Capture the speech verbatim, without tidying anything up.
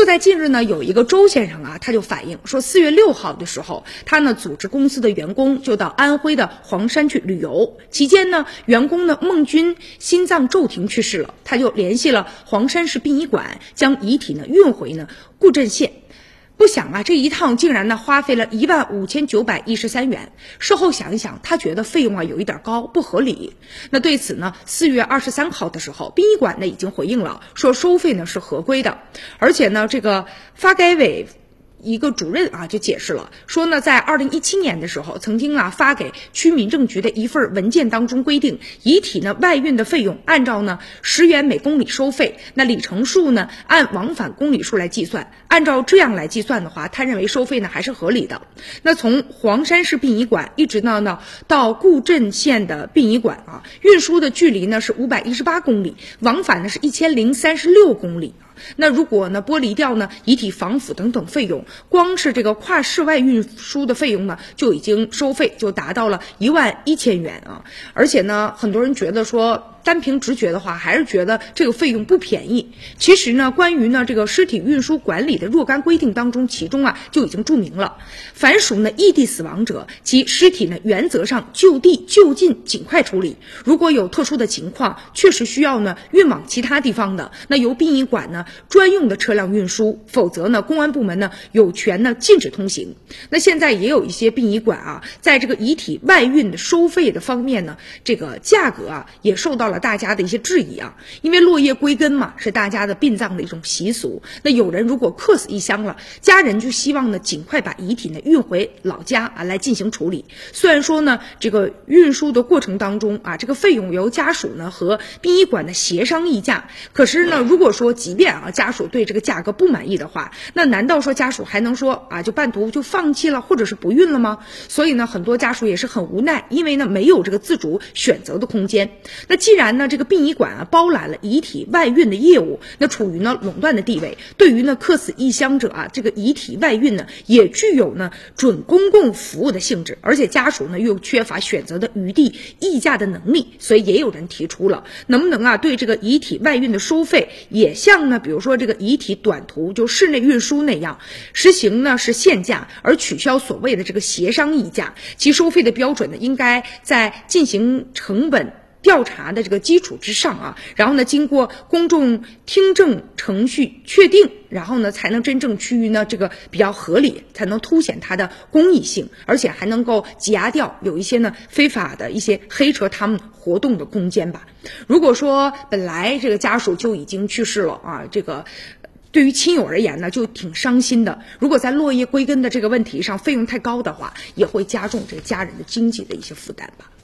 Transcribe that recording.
在近日呢，有一个周先生啊，他就反映说，四月六号的时候，他呢组织公司的员工就到安徽的黄山去旅游，期间呢，员工呢孟军心脏骤停去世了，他就联系了黄山市殡仪馆，将遗体呢运回呢固镇县。不想啊，这一趟竟然呢花费了一万五千九百一十三元。事后想一想，他觉得费用啊有一点高，不合理。那对此呢，四月二十三号的时候，殡仪馆呢已经回应了，说收费呢是合规的，而且呢，这个发改委一个主任啊就解释了，说呢，在二零一七年的时候，曾经啊发给区民政局的一份文件当中规定，遗体呢外运的费用按照呢十元每公里收费，那里程数呢按往返公里数来计算，按照这样来计算的话，他认为收费呢还是合理的。那从黄山市殡仪馆一直到呢到固镇县的殡仪馆啊，运输的距离呢是五百一十八公里，往返呢是一千零三十六公里。那如果呢剥离掉呢遗体防腐等等费用，光是这个跨市外运输的费用呢就已经收费就达到了一万一千元啊！而且呢，很多人觉得说，单凭直觉的话，还是觉得这个费用不便宜。其实呢，关于呢这个尸体运输管理的若干规定当中，其中啊就已经注明了，凡属呢异地死亡者，其尸体呢原则上就地就近尽快处理。如果有特殊的情况，确实需要呢运往其他地方的，那由殡仪馆呢专用的车辆运输，否则呢公安部门呢有权呢禁止通行。那现在也有一些殡仪馆啊，在这个遗体外运的收费的方面呢，这个价格啊也受到了大家的一些质疑啊，因为落叶归根嘛，是大家的殡葬的一种习俗。那有人如果客死异乡了，家人就希望呢尽快把遗体呢运回老家啊来进行处理。虽然说呢这个运输的过程当中啊，这个费用由家属呢和殡仪馆的协商议价，可是呢如果说即便啊家属对这个价格不满意的话，那难道说家属还能说啊就半途就放弃了或者是不运了吗？所以呢很多家属也是很无奈，因为呢没有这个自主选择的空间。那既然呢这个殡仪馆啊包揽了遗体外运的业务，那处于呢垄断的地位，对于呢客死异乡者啊这个遗体外运呢也具有呢准公共服务的性质，而且家属呢又缺乏选择的余地、议价的能力，所以也有人提出了，能不能啊对这个遗体外运的收费也像呢比如说这个遗体短途就室内运输那样，实行呢是限价，而取消所谓的这个协商议价，其收费的标准呢应该在进行成本调查的这个基础之上啊，然后呢经过公众听证程序确定，然后呢才能真正趋于呢这个比较合理，才能凸显它的公益性，而且还能够挤压掉有一些呢非法的一些黑车他们活动的空间吧。如果说本来这个家属就已经去世了啊，这个对于亲友而言呢就挺伤心的，如果在落叶归根的这个问题上费用太高的话，也会加重这个家人的经济的一些负担吧。